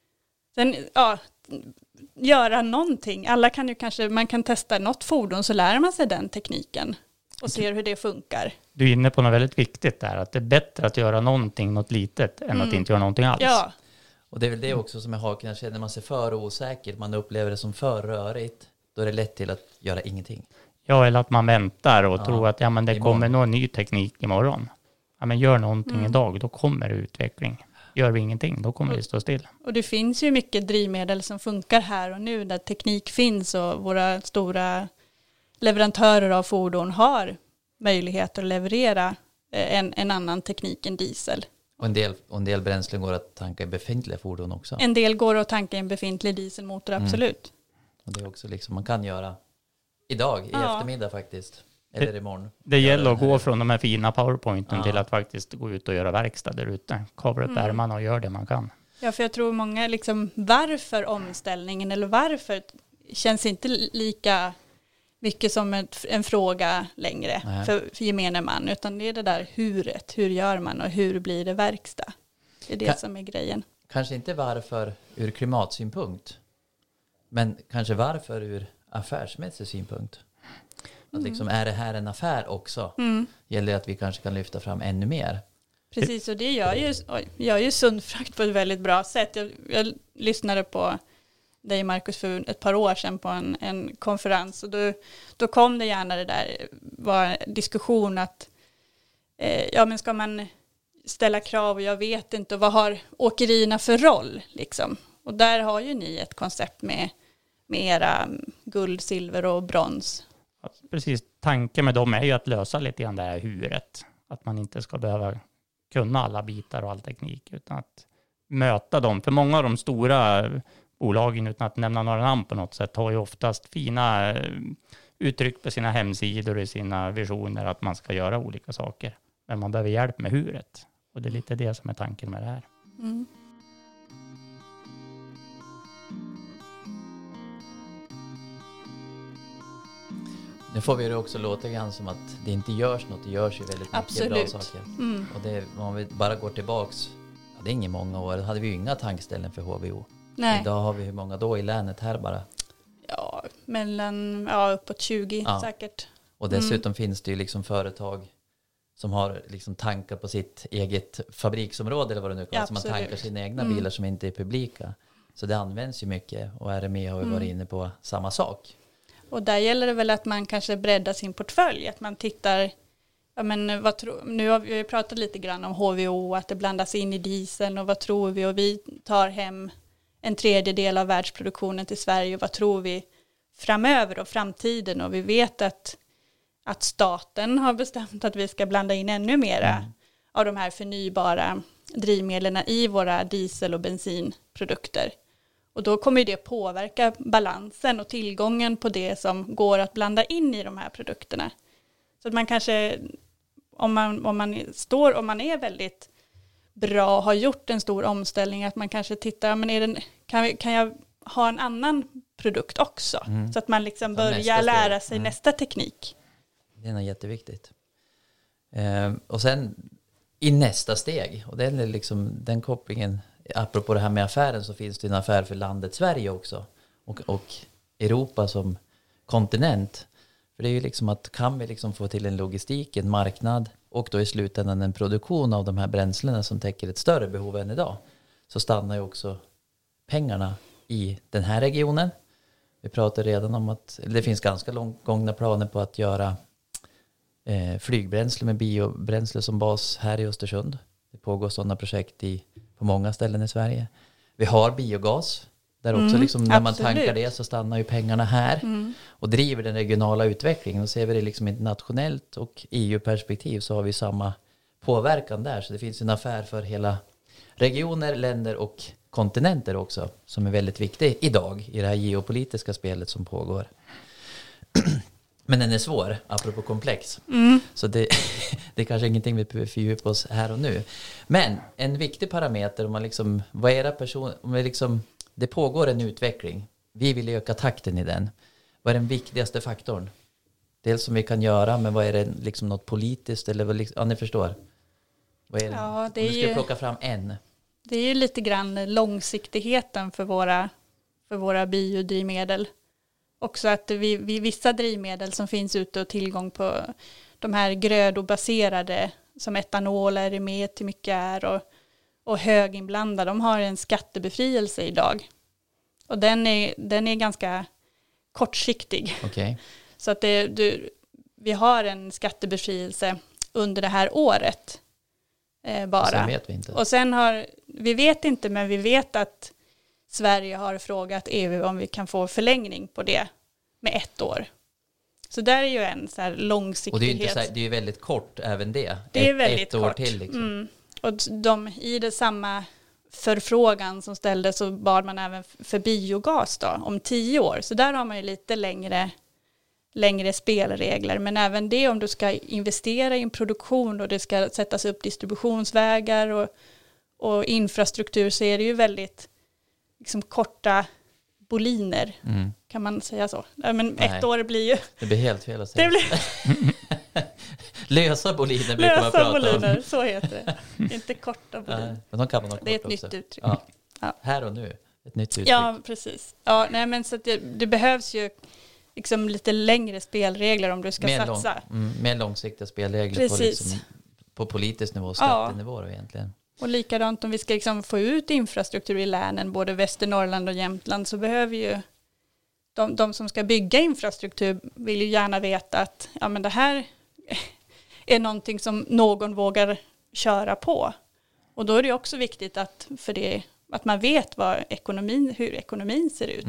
göra någonting. Man kan testa något fordon så lär man sig den tekniken och ser hur det funkar. Du är inne på något väldigt viktigt där, att det är bättre att göra något litet än att inte göra någonting alls. Ja. Och det är väl det också som jag har kanske när man ser för osäkert, man upplever det som för rörigt, då är det lätt till att göra ingenting. Ja, eller att man väntar och tror att det kommer någon ny teknik imorgon. Ja, men gör någonting idag, då kommer det utveckling. Gör vi ingenting, då kommer det stå still. Och det finns ju mycket drivmedel som funkar här och nu där teknik finns och våra stora leverantörer av fordon har möjlighet att leverera en annan teknik än diesel. Och en del bränslen går att tanka i befintliga fordon också. En del går att tanka i en befintlig dieselmotor, absolut. Och det är också liksom man kan göra idag, i eftermiddag faktiskt. Eller imorgon. Det gäller att gå från de här fina powerpointen till att faktiskt gå ut och göra verkstad där ute. Kavla upp ärmarna och göra det man kan. Ja, för jag tror många varför omställningen eller varför känns inte lika mycket som en fråga längre för gemene man. Utan det är det där hur gör man och hur blir det verkstad. Det är det som är grejen. Kanske inte varför ur klimatsynpunkt. Men kanske varför ur affärsmässig synpunkt. Att liksom, är det här en affär också? Gäller det att vi kanske kan lyfta fram ännu mer? Precis, och det gör ju Sundfrakt på ett väldigt bra sätt. Jag lyssnade på dig, Marcus, för ett par år sedan på en konferens. Och då kom det gärna det där, var diskussion att men ska man ställa krav och jag vet inte, och vad har åkerierna för roll? Liksom? Och där har ju ni ett koncept med era guld, silver och brons. Precis, tanken med dem är ju att lösa lite grann det här huret. Att man inte ska behöva kunna alla bitar och all teknik utan att möta dem. För många av de stora bolagen, utan att nämna några namn på något sätt, har ju oftast fina uttryck på sina hemsidor och sina visioner att man ska göra olika saker. Men man behöver hjälp med huret. Och det är lite det som är tanken med det här. Mm. Nu får vi det också låta grann som att det inte görs något. Det görs ju väldigt mycket bra saker. Och det, om vi bara går tillbaks, det är inga många år, då hade vi ju inga tankställen för HVO. Nej. Idag har vi hur många då i länet här bara? Ja, uppåt 20 säkert. Och dessutom finns det ju liksom företag som har liksom tankar på sitt eget fabriksområde eller vad det nu kallas. Ja, man tankar sina egna bilar som inte är publika. Så det används ju mycket och RME har ju varit inne på samma sak. Och där gäller det väl att man kanske breddar sin portfölj. Att man tittar, nu har vi pratat lite grann om HVO, att det blandas in i dieseln och vad tror vi? Och vi tar hem 1/3 av världsproduktionen till Sverige och vad tror vi framöver och framtiden? Och vi vet att staten har bestämt att vi ska blanda in ännu mera av de här förnybara drivmedlen i våra diesel- och bensinprodukter. Och då kommer det påverka balansen och tillgången på det som går att blanda in i de här produkterna. Så att man kanske, om man är väldigt bra och har gjort en stor omställning, att man kanske tittar, men kan jag ha en annan produkt också? Så att man liksom börjar lära sig nästa teknik. Det är nog jätteviktigt. Och sen i nästa steg, och det är liksom den kopplingen, apropå det här med affären, så finns det en affär för landet Sverige också. Och Europa som kontinent. För det är ju liksom att kan vi liksom få till en logistik, en marknad och då i slutändan en produktion av de här bränslena som täcker ett större behov än idag, så stannar ju också pengarna i den här regionen. Vi pratar redan om att det finns ganska långt gångna planer på att göra flygbränsle med biobränsle som bas här i Östersund. Det pågår sådana projekt på många ställen i Sverige. Vi har biogas. Där också liksom, när man tankar det så stannar ju pengarna här. Och driver den regionala utvecklingen. Och ser vi det liksom internationellt och EU-perspektiv så har vi samma påverkan där. Så det finns en affär för hela regioner, länder och kontinenter också. Som är väldigt viktig idag i det här geopolitiska spelet som pågår. Men den är svår, apropå komplex. Så det är kanske ingenting vi behöver fördjupa oss här och nu. Men en viktig parameter om man liksom, vad är era person, om vi liksom, det pågår en utveckling. Vi vill öka takten i den. Vad är den viktigaste faktorn? Dels som vi kan göra, men vad är det liksom något politiskt eller vad liksom, ni förstår. Vad är det? Ja, det om är du ska ju, plocka fram en. det är ju lite grann långsiktigheten för våra biodrivmedel. Också att vi vissa drivmedel som finns ute och tillgång på de här grödobaserade som etanol är med till mycket är och höginblandade, de har en skattebefrielse idag. Och den är ganska kortsiktig. Okay. Så att vi har en skattebefrielse under det här året bara. Och sen vet vi inte. Och sen vi vet inte, men vi vet att Sverige har frågat EU om vi kan få förlängning på det med 1 år. Så där är ju en så här långsiktighet. Och det är ju väldigt kort även det. Det är väldigt ett år kort. Till liksom. Och i det samma förfrågan som ställdes så bad man även för biogas då, om 10 år. Så där har man ju lite längre spelregler. Men även det om du ska investera i en produktion och det ska sättas upp distributionsvägar och infrastruktur så är det ju väldigt liksom korta boliner. Kan man säga så? Men Nej. 1 år blir ju... Det blir helt fel att säga. Lösa boliner brukar man prata boliner, om. Så heter det. Inte korta boliner. Men de kan man ha Det är ett kort också. nytt uttryck. Ja. Ja. Här och nu. Ett nytt uttryck. Ja, precis. Ja, nej, men så att det behövs ju liksom lite längre spelregler om du ska satsa. Mer långsiktiga spelregler på politisk nivå och skattenivå egentligen. Och likadant om vi ska liksom få ut infrastruktur i länen, både Västernorrland och Jämtland, så behöver ju de som ska bygga infrastruktur vill ju gärna veta att men det här är någonting som någon vågar köra på. Och då är det också viktigt att man vet hur ekonomin ser ut.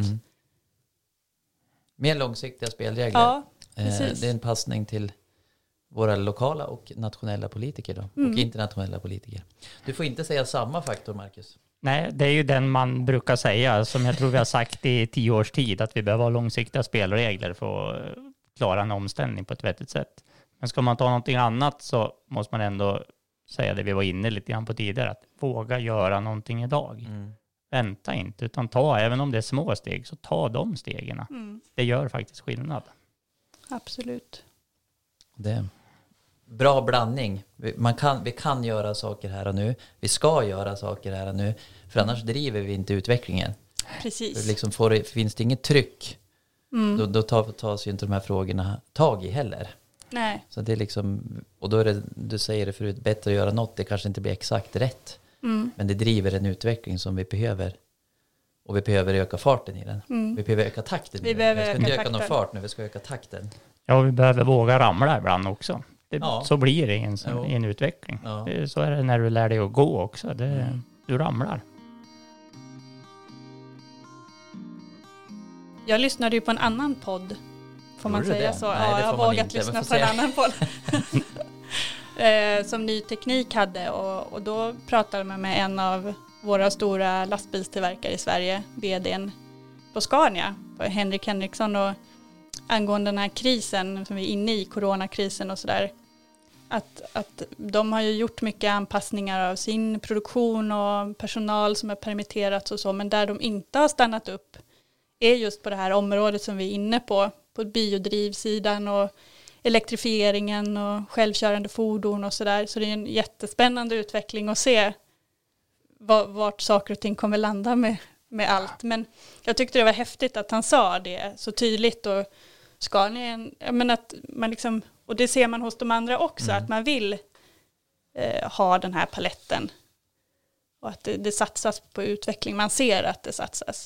Mer långsiktiga spelregler. Ja, precis. Det är en passning till våra lokala och nationella politiker då. Och internationella politiker. Du får inte säga samma faktor, Marcus. Nej, det är ju den man brukar säga, som jag tror vi har sagt i 10 års tid, att vi behöver ha långsiktiga spelregler för att klara en omställning på ett vettigt sätt. Men ska man ta någonting annat så måste man ändå säga det vi var inne lite grann på tidigare, att våga göra någonting idag. Vänta inte, utan även om det är små steg, så ta de stegen. Det gör faktiskt skillnad. Absolut. Det är bra blandning. Vi kan göra saker här och nu. Vi ska göra saker här och nu. För annars driver vi inte utvecklingen. Precis. För liksom finns det inget tryck, då tas ju inte de här frågorna tag i heller. Nej. Så det är liksom, och då är det, du säger det förut, bättre att göra något. Det kanske inte blir exakt rätt. Men det driver en utveckling som vi behöver. Och vi behöver öka farten i den. Vi behöver öka takten i den. Vi ska inte öka någon fart nu, vi ska öka takten. Ja, vi behöver våga ramla ibland också. Så blir det i en utveckling. Ja. Så är det när du lär dig att gå också. Du ramlar. Jag lyssnade ju på en annan podd. Får man säga det? Så? Nej, ja, jag har vågat inte, lyssna på en annan podd. Som Ny Teknik hade. Och då pratade man med en av våra stora lastbilstillverkare i Sverige, vdn på Scania, Henrik Henriksson, och angående den här krisen som vi är inne i, coronakrisen och sådär, att de har ju gjort mycket anpassningar av sin produktion och personal som är permitterats och så, men där de inte har stannat upp är just på det här området som vi är inne på biodrivsidan och elektrifieringen och självkörande fordon och sådär. Så det är en jättespännande utveckling att se vart saker och ting kommer landa med allt. Men jag tyckte det var häftigt att han sa det så tydligt, och Scania, att man liksom, och det ser man hos de andra också, att man vill ha den här paletten och att det satsas på utveckling. Man ser att det satsas.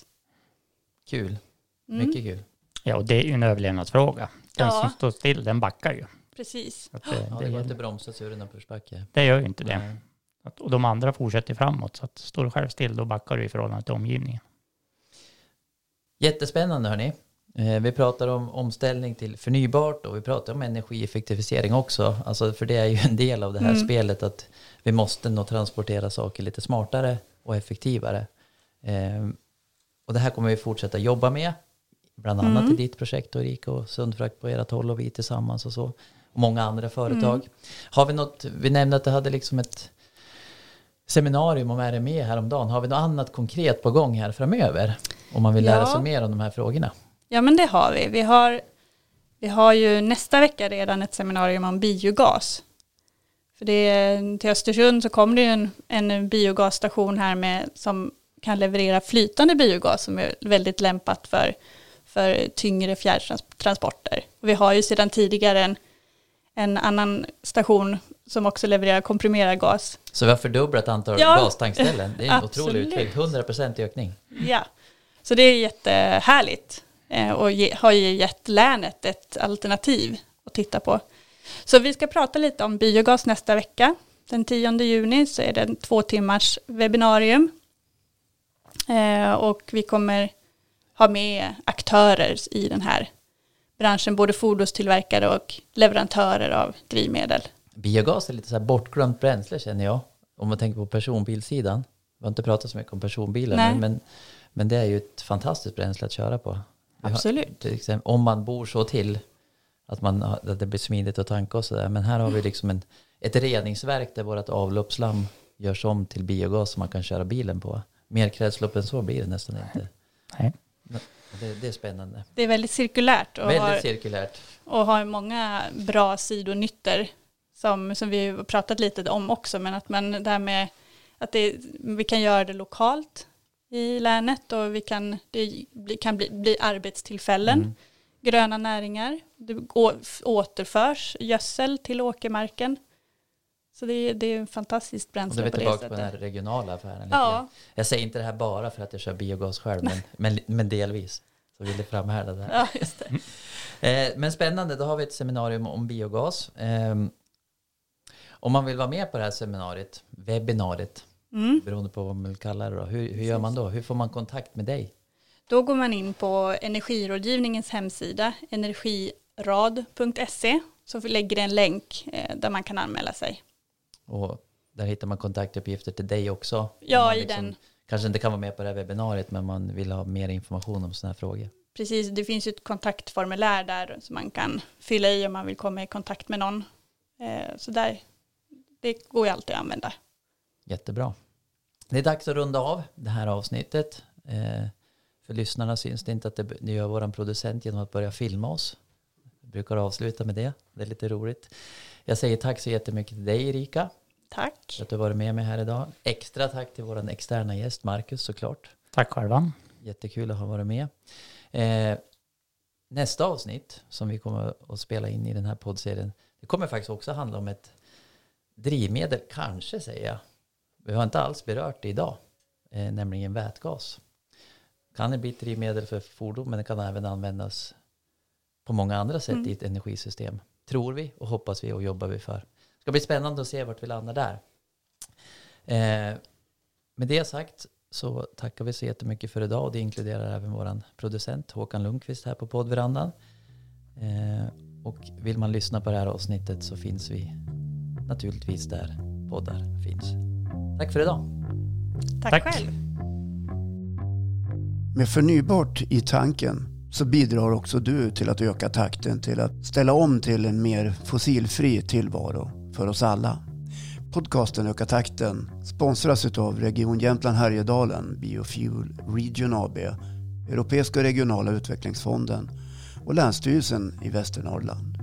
Kul. Mycket kul. Ja, och det är ju en överlevnadsfråga. Den som står still, den backar ju. Precis. Att det går inte bromsa sig ur en uppförsbacke. Det gör ju inte det. Nej. Och de andra fortsätter framåt. Så att står du själv still, då backar du i förhållande till omgivningen. Jättespännande hörni. Vi pratar om omställning till förnybart och vi pratar om energieffektivisering också. Alltså för det är ju en del av det här spelet att vi måste nog transportera saker lite smartare och effektivare. Och det här kommer vi fortsätta jobba med. Bland annat i ditt projekt och Erika och Sundfrakt på era håll och vi tillsammans och så. Och många andra företag. Har vi något, vi nämnde att det hade liksom ett seminarium om RME häromdagen. Har vi något annat konkret på gång här framöver? Om man vill lära sig mer om de här frågorna. Ja, men det har vi. Vi har ju nästa vecka redan ett seminarium om biogas. För till Östersund så kommer det ju en biogasstation här som kan leverera flytande biogas som är väldigt lämpat för tyngre fjärrtransporter. Och vi har ju sedan tidigare en annan station som också levererar komprimerad gas. Så vi har fördubblat antal gastankställen. Det är en otrolig utveckling. 100% ökning. Ja, så det är jättehärligt. Och har ju gett länet ett alternativ att titta på. Så vi ska prata lite om biogas nästa vecka. Den 10 juni så är det en 2 timmars webbinarium. Och vi kommer ha med aktörer i den här branschen, både fordonstillverkare och leverantörer av drivmedel. Biogas är lite så här bortglömt bränsle känner jag. Om man tänker på personbilsidan. Vi har inte pratat så mycket om personbilar men det är ju ett fantastiskt bränsle att köra på. Absolut. Till exempel, om man bor så till att det blir smidigt att tanka och sådär. Men här har vi liksom ett reningsverk där vårt avloppsslam görs om till biogas som man kan köra bilen på. Mer kretslopp än så blir det nästan inte. Nej. Det är spännande. Det är väldigt cirkulärt. Cirkulärt. Och har många bra sidonytter som vi har pratat lite om också. Men att man där med att vi kan göra det lokalt i länet och det kan bli arbetstillfällen, gröna näringar, det återförs gödsel till åkermarken. Så det är en fantastisk bränsle på det sättet. Och det är tillbaka på den här regionala affären. Ja. Jag säger inte det här bara för att jag kör biogas själv, men delvis. Så vill det framhärda det här. Ja, just det. Men spännande, då har vi ett seminarium om biogas. Om man vill vara med på det här seminariet, webbinariet, beroende på vad man vill kalla det då. Hur gör man då? Hur får man kontakt med dig? Då går man in på Energirådgivningens hemsida, energirad.se, så lägger det en länk där man kan anmäla sig. Och där hittar man kontaktuppgifter till dig också. Ja, i den. Kanske inte kan vara med på det här webbinariet, men man vill ha mer information om sådana här frågor. Precis, det finns ju ett kontaktformulär där som man kan fylla i om man vill komma i kontakt med någon. Så det går ju alltid att använda. Jättebra. Det är dags att runda av det här avsnittet. För lyssnarna syns det inte att det gör våran producent genom att börja filma oss. Jag brukar avsluta med det. Det är lite roligt. Jag säger tack så jättemycket till dig Erika. Tack. För att du har varit med mig här idag. Extra tack till vår externa gäst Marcus såklart. Tack själva. Jättekul att ha varit med. Nästa avsnitt som vi kommer att spela in i den här poddserien, det kommer faktiskt också handla om ett drivmedel, kanske säger jag. Vi har inte alls berört det idag, nämligen vätgas. Kan det bli ett drivmedel för fordon, men det kan även användas på många andra sätt i ett energisystem. Tror vi och hoppas vi och jobbar vi för. Det ska bli spännande att se vart vi landar där. Med det sagt så tackar vi så jättemycket för idag och det inkluderar även våran producent Håkan Lundqvist här på poddverandan. Och vill man lyssna på det här avsnittet så finns vi naturligtvis där poddar finns. Tack för idag. Tack själv. Med förnybart i tanken så bidrar också du till att öka takten till att ställa om till en mer fossilfri tillvaro för oss alla. Podcasten Öka takten sponsras av Region Jämtland Härjedalen, Biofuel Region AB, Europeiska regionala utvecklingsfonden och Länsstyrelsen i Västernorrland.